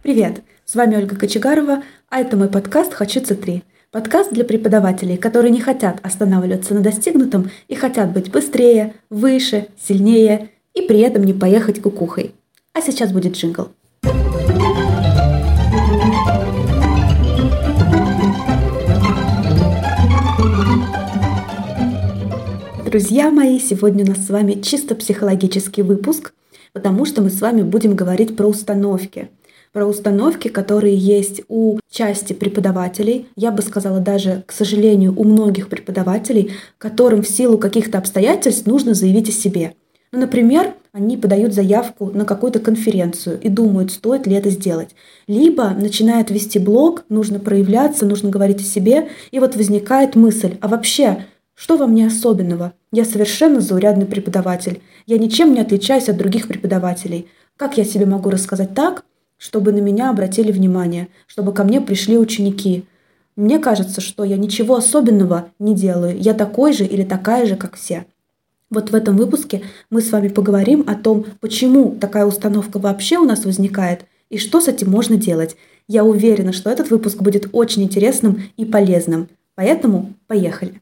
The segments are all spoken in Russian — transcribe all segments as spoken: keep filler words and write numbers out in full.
Привет! С вами Ольга Кочегарова, а это мой подкаст «Хочется три». Подкаст для преподавателей, которые не хотят останавливаться на достигнутом и хотят быть быстрее, выше, сильнее и при этом не поехать кукухой. А сейчас будет джингл. Друзья мои, сегодня у нас с вами чисто психологический выпуск, потому что мы с вами будем говорить про установки. Про установки, которые есть у части преподавателей, я бы сказала даже, к сожалению, у многих преподавателей, которым в силу каких-то обстоятельств нужно заявить о себе. Ну, например, они подают заявку на какую-то конференцию и думают, стоит ли это сделать. Либо начинают вести блог, нужно проявляться, нужно говорить о себе, и вот возникает мысль, а вообще, что во мне особенного? Я совершенно заурядный преподаватель, я ничем не отличаюсь от других преподавателей. Как я себе могу рассказать так, чтобы на меня обратили внимание, чтобы ко мне пришли ученики? Мне кажется, что я ничего особенного не делаю, я такой же или такая же, как все. Вот в этом выпуске мы с вами поговорим о том, почему такая установка вообще у нас возникает и что с этим можно делать. Я уверена, что этот выпуск будет очень интересным и полезным. Поэтому поехали!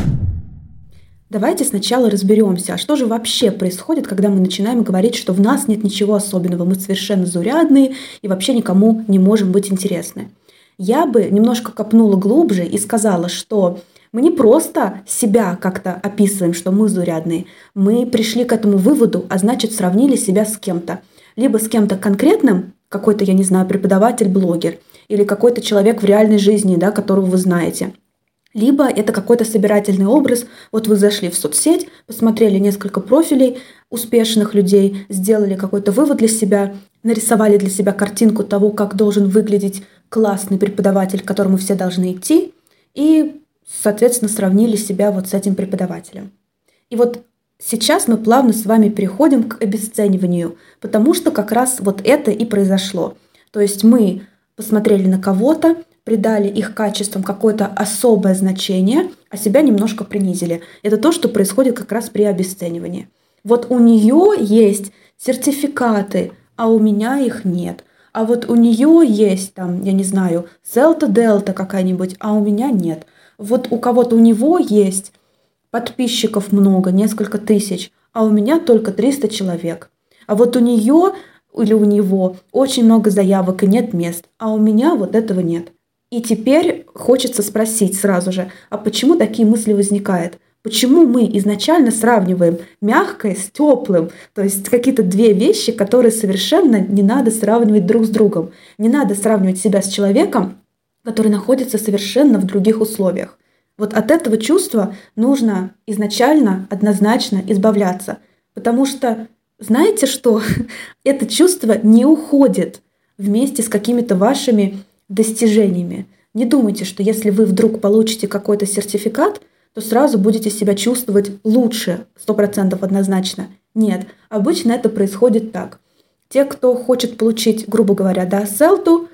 Давайте сначала разберемся, а что же вообще происходит, когда мы начинаем говорить, что в нас нет ничего особенного, мы совершенно заурядные и вообще никому не можем быть интересны. Я бы немножко копнула глубже и сказала, что мы не просто себя как-то описываем, что мы заурядные, мы пришли к этому выводу, а значит сравнили себя с кем-то. Либо с кем-то конкретным, какой-то, я не знаю, преподаватель, блогер, или какой-то человек в реальной жизни, да, которого вы знаете. Либо это какой-то собирательный образ. Вот вы зашли в соцсеть, посмотрели несколько профилей успешных людей, сделали какой-то вывод для себя, нарисовали для себя картинку того, как должен выглядеть классный преподаватель, к которому все должны идти, и, соответственно, сравнили себя вот с этим преподавателем. И вот сейчас мы плавно с вами переходим к обесцениванию, потому что как раз вот это и произошло. То есть мы посмотрели на кого-то, придали их качествам какое-то особое значение, а себя немножко принизили. Это то, что происходит как раз при обесценивании. Вот у нее есть сертификаты, а у меня их нет. А вот у нее есть, там, я не знаю, селта-делта какая-нибудь, а у меня нет. Вот у кого-то у него есть подписчиков много, несколько тысяч, а у меня только триста человек. А вот у нее или у него очень много заявок и нет мест, а у меня вот этого нет. И теперь хочется спросить сразу же, а почему такие мысли возникают? Почему мы изначально сравниваем мягкое с теплым? То есть какие-то две вещи, которые совершенно не надо сравнивать друг с другом. Не надо сравнивать себя с человеком, который находится совершенно в других условиях. Вот от этого чувства нужно изначально однозначно избавляться. Потому что, знаете что? Это чувство не уходит вместе с какими-то вашими достижениями. Не думайте, что если вы вдруг получите какой-то сертификат, то сразу будете себя чувствовать лучше, сто процентов однозначно. Нет, обычно это происходит так. Те, кто хочет получить, грубо говоря, да, селту,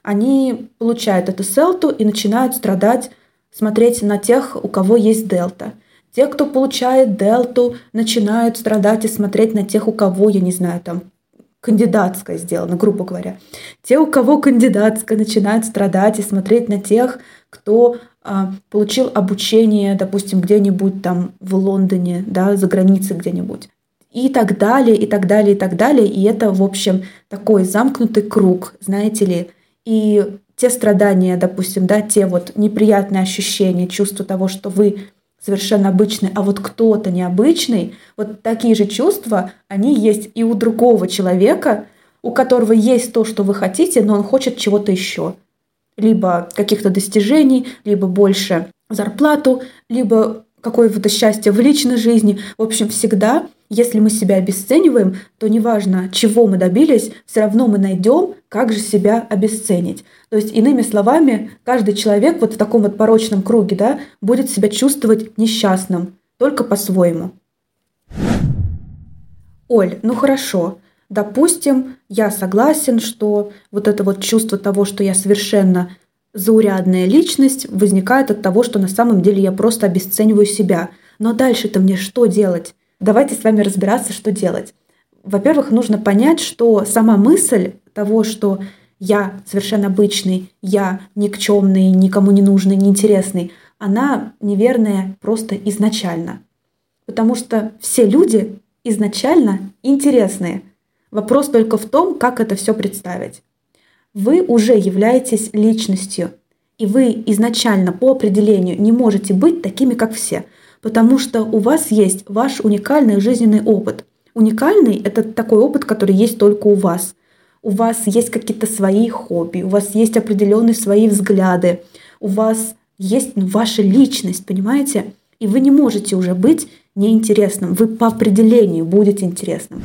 они получают эту селту и начинают страдать, смотреть на тех, у кого есть дельта. Те, кто получает дельту, начинают страдать и смотреть на тех, у кого, я не знаю, там, кандидатская сделана, грубо говоря. Те, у кого кандидатская, начинают страдать и смотреть на тех, кто а, получил обучение, допустим, где-нибудь там в Лондоне, да, за границей где-нибудь. И так далее, и так далее, и так далее. И это, в общем, такой замкнутый круг, знаете ли. И те страдания, допустим, да, те вот неприятные ощущения, чувство того, что вы совершенно обычный, а вот кто-то необычный, вот такие же чувства, они есть и у другого человека, у которого есть то, что вы хотите, но он хочет чего-то еще. Либо каких-то достижений, либо больше зарплату, либо какое-то счастье в личной жизни. В общем, всегда, если мы себя обесцениваем, то неважно, чего мы добились, все равно мы найдем, как же себя обесценить. То есть, иными словами, каждый человек вот в таком вот порочном круге, да, будет себя чувствовать несчастным, только по-своему. Оль, ну хорошо, допустим, я согласен, что вот это вот чувство того, что я совершенно заурядная личность, возникает от того, что на самом деле я просто обесцениваю себя. Но дальше-то мне что делать? Давайте с вами разбираться, что делать. Во-первых, нужно понять, что сама мысль того, что «я совершенно обычный», «я никчемный, никому не нужный, неинтересный», она неверная просто изначально. Потому что все люди изначально интересные. Вопрос только в том, как это все представить. Вы уже являетесь личностью, и вы изначально по определению не можете быть такими, как все, потому что у вас есть ваш уникальный жизненный опыт. Уникальный — это такой опыт, который есть только у вас. У вас есть какие-то свои хобби, у вас есть определенные свои взгляды, у вас есть ваша личность, понимаете? И вы не можете уже быть неинтересным, вы по определению будете интересным.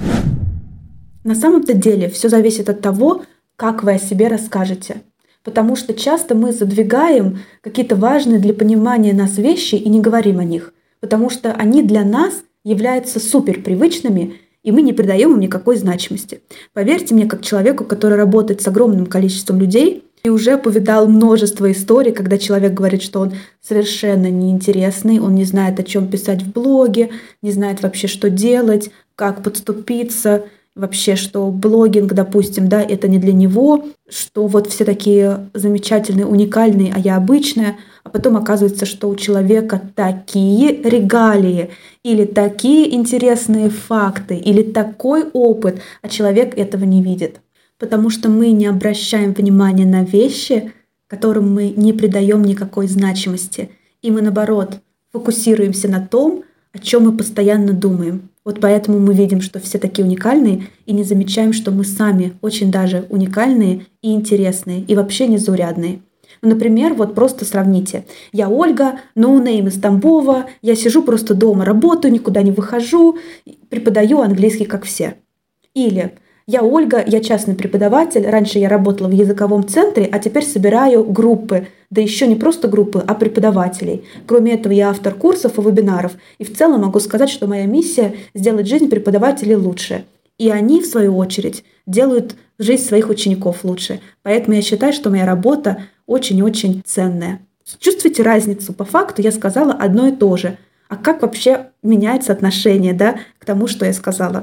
На самом-то деле все зависит от того, как вы о себе расскажете. Потому что часто мы задвигаем какие-то важные для понимания нас вещи и не говорим о них. Потому что они для нас являются суперпривычными, и мы не придаем им никакой значимости. Поверьте мне, как человеку, который работает с огромным количеством людей, и уже повидал множество историй, когда человек говорит, что он совершенно неинтересный, он не знает, о чем писать в блоге, не знает вообще, что делать, как подступиться, вообще, что блогинг, допустим, да, это не для него, что вот все такие замечательные, уникальные, а я обычная, а потом оказывается, что у человека такие регалии, или такие интересные факты, или такой опыт, а человек этого не видит. Потому что мы не обращаем внимания на вещи, которым мы не придаем никакой значимости. И мы, наоборот, фокусируемся на том, о чем мы постоянно думаем. Вот поэтому мы видим, что все такие уникальные, и не замечаем, что мы сами очень даже уникальные и интересные, и вообще незаурядные. Ну, например, вот просто сравните. Я Ольга, ноунейм из Тамбова, я сижу просто дома, работаю, никуда не выхожу, преподаю английский, как все. Или я Ольга, я частный преподаватель, раньше я работала в языковом центре, а теперь собираю группы, да еще не просто группы, а преподавателей. Кроме этого, я автор курсов и вебинаров, и в целом могу сказать, что моя миссия — сделать жизнь преподавателей лучше. И они, в свою очередь, делают жизнь своих учеников лучше. Поэтому я считаю, что моя работа очень-очень ценная. Чувствуете разницу? По факту я сказала одно и то же. А как вообще меняется отношение, да, к тому, что я сказала?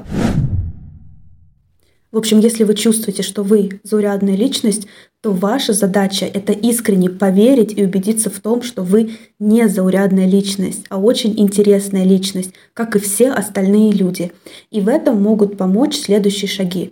В общем, если вы чувствуете, что вы заурядная личность, то ваша задача — это искренне поверить и убедиться в том, что вы не заурядная личность, а очень интересная личность, как и все остальные люди. И в этом могут помочь следующие шаги.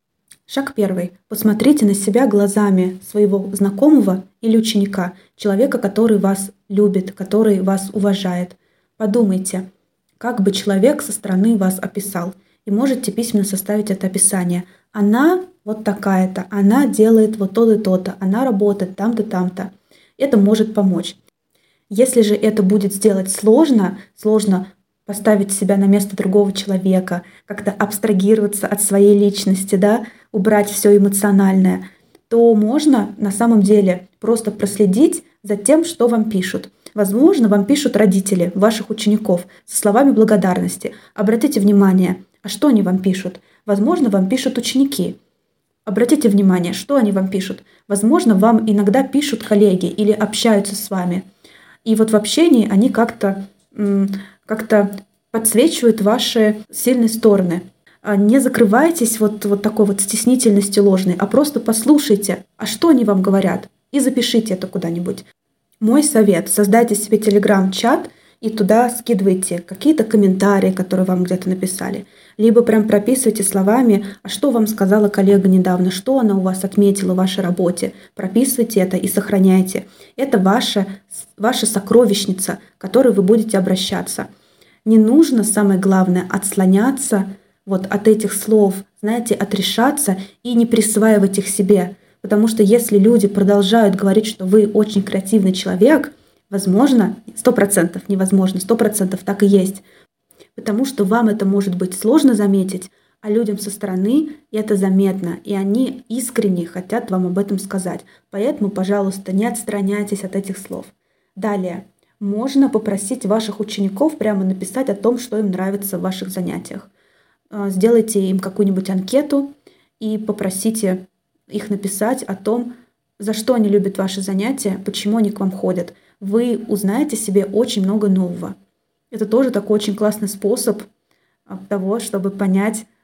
Шаг первый. Посмотрите на себя глазами своего знакомого или ученика, человека, который вас любит, который вас уважает. Подумайте, как бы человек со стороны вас описал. И можете письменно составить это описание. Она вот такая-то, она делает вот то-то и то-то, она работает там-то, там-то. Это может помочь. Если же это будет сделать сложно, сложно поставить себя на место другого человека, как-то абстрагироваться от своей личности, да, убрать все эмоциональное, то можно на самом деле просто проследить за тем, что вам пишут. Возможно, вам пишут родители ваших учеников со словами благодарности. Обратите внимание, а что они вам пишут? Возможно, вам пишут ученики. Обратите внимание, что они вам пишут. Возможно, вам иногда пишут коллеги или общаются с вами. И вот в общении они как-то, как-то подсвечивают ваши сильные стороны. Не закрывайтесь вот, вот такой вот стеснительностью ложной, а просто послушайте, а что они вам говорят, и запишите это куда-нибудь. Мой совет: создайте себе телеграм-чат и туда скидывайте какие-то комментарии, которые вам где-то написали. Либо прям прописывайте словами, а что вам сказала коллега недавно, что она у вас отметила в вашей работе. Прописывайте это и сохраняйте. Это ваша, ваша сокровищница, к которой вы будете обращаться. Не нужно, самое главное, отслоняться вот от этих слов, знаете, отрешаться и не присваивать их себе. Потому что если люди продолжают говорить, что вы очень креативный человек, возможно, сто процентов, невозможно, сто процентов так и есть. Потому что вам это может быть сложно заметить, а людям со стороны это заметно, и они искренне хотят вам об этом сказать. Поэтому, пожалуйста, не отстраняйтесь от этих слов. Далее. Можно попросить ваших учеников прямо написать о том, что им нравится в ваших занятиях. Сделайте им какую-нибудь анкету и попросите их написать о том, за что они любят ваши занятия, почему они к вам ходят. Вы узнаете себе очень много нового. Это тоже такой очень классный способ того, чтобы понять,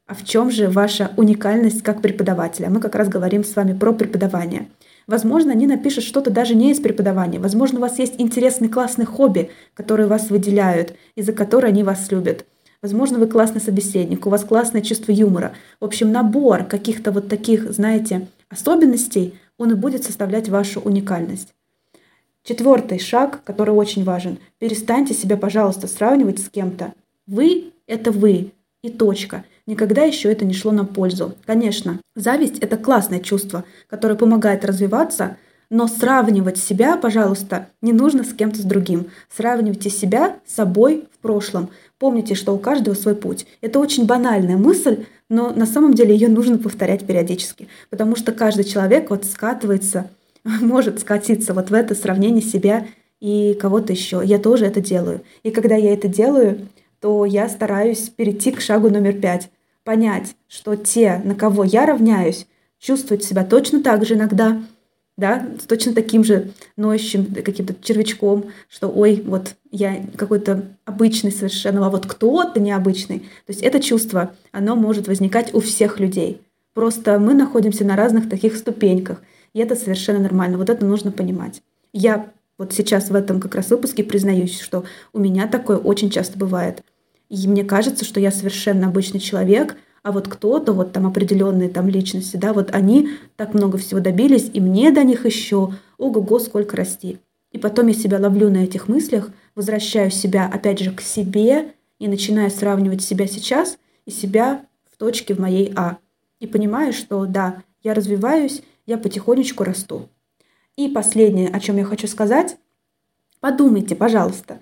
А в чем же ваша уникальность как преподавателя? Мы как раз говорим с вами про преподавание. Возможно, они напишут что-то даже не из преподавания. Возможно, у вас есть интересный, классный хобби, которые вас выделяют, из-за которой они вас любят. Возможно, вы классный собеседник, у вас классное чувство юмора. В общем, набор каких-то вот таких, знаете, особенностей, он и будет составлять вашу уникальность. Четвертый шаг, который очень важен. Перестаньте себя, пожалуйста, сравнивать с кем-то. Вы — это вы. И точка. Никогда еще это не шло на пользу. Конечно, зависть — это классное чувство, которое помогает развиваться, но сравнивать себя, пожалуйста, не нужно с кем-то с другим. Сравнивайте себя с собой в прошлом. Помните, что у каждого свой путь. Это очень банальная мысль, но на самом деле ее нужно повторять периодически, потому что каждый человек вот скатывается, может скатиться вот в это сравнение себя и кого-то еще. Я тоже это делаю. И когда я это делаю, то я стараюсь перейти к шагу номер пять. Понять, что те, на кого я равняюсь, чувствуют себя точно так же иногда, да, с точно таким же ноющим каким-то червячком, что ой, вот я какой-то обычный совершенно, а вот кто-то необычный. То есть это чувство, оно может возникать у всех людей. Просто мы находимся на разных таких ступеньках, и это совершенно нормально. Вот это нужно понимать. Я вот сейчас в этом как раз выпуске признаюсь, что у меня такое очень часто бывает. И мне кажется, что я совершенно обычный человек, а вот кто-то, вот там определенные там личности, да, вот они так много всего добились, и мне до них еще ого-го сколько расти. И потом я себя ловлю на этих мыслях, возвращаю себя опять же к себе и начинаю сравнивать себя сейчас и себя в точке в моей А. И понимаю, что да, я развиваюсь, я потихонечку расту. И последнее, о чем я хочу сказать, подумайте, пожалуйста,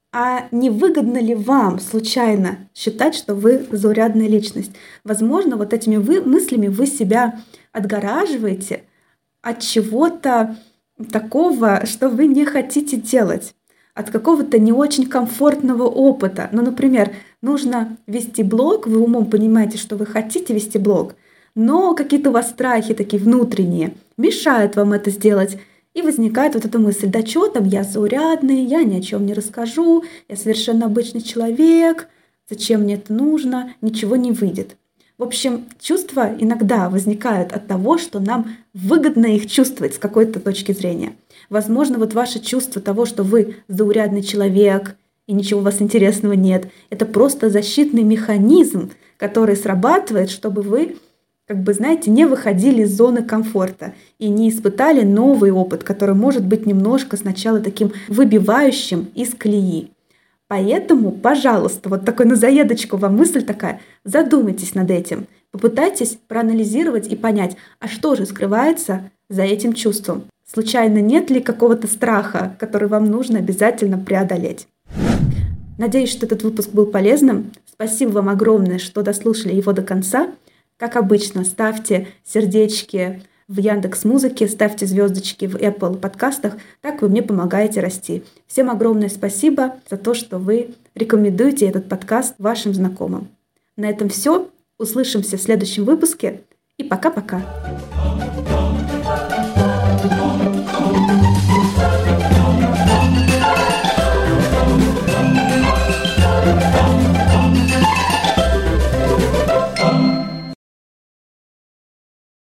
а не выгодно ли вам случайно считать, что вы заурядная личность? Возможно, вот этими вы, мыслями вы себя отгораживаете от чего-то такого, что вы не хотите делать, от какого-то не очень комфортного опыта. Ну, например, нужно вести блог, вы умом понимаете, что вы хотите вести блог, но какие-то у вас страхи такие внутренние мешают вам это сделать. И возникает вот эта мысль, да что там, я заурядный, я ни о чем не расскажу, я совершенно обычный человек, зачем мне это нужно, ничего не выйдет. В общем, чувства иногда возникают от того, что нам выгодно их чувствовать с какой-то точки зрения. Возможно, вот ваше чувство того, что вы заурядный человек и ничего у вас интересного нет, это просто защитный механизм, который срабатывает, чтобы вы, как бы, знаете, не выходили из зоны комфорта и не испытали новый опыт, который может быть немножко сначала таким выбивающим из колеи. Поэтому, пожалуйста, вот такой на заедочку вам мысль такая, задумайтесь над этим, попытайтесь проанализировать и понять, а что же скрывается за этим чувством. Случайно нет ли какого-то страха, который вам нужно обязательно преодолеть? Надеюсь, что этот выпуск был полезным. Спасибо вам огромное, что дослушали его до конца. Как обычно, ставьте сердечки в Яндекс.Музыке, ставьте звездочки в Apple подкастах, так вы мне помогаете расти. Всем огромное спасибо за то, что вы рекомендуете этот подкаст вашим знакомым. На этом все. Услышимся в следующем выпуске и пока-пока.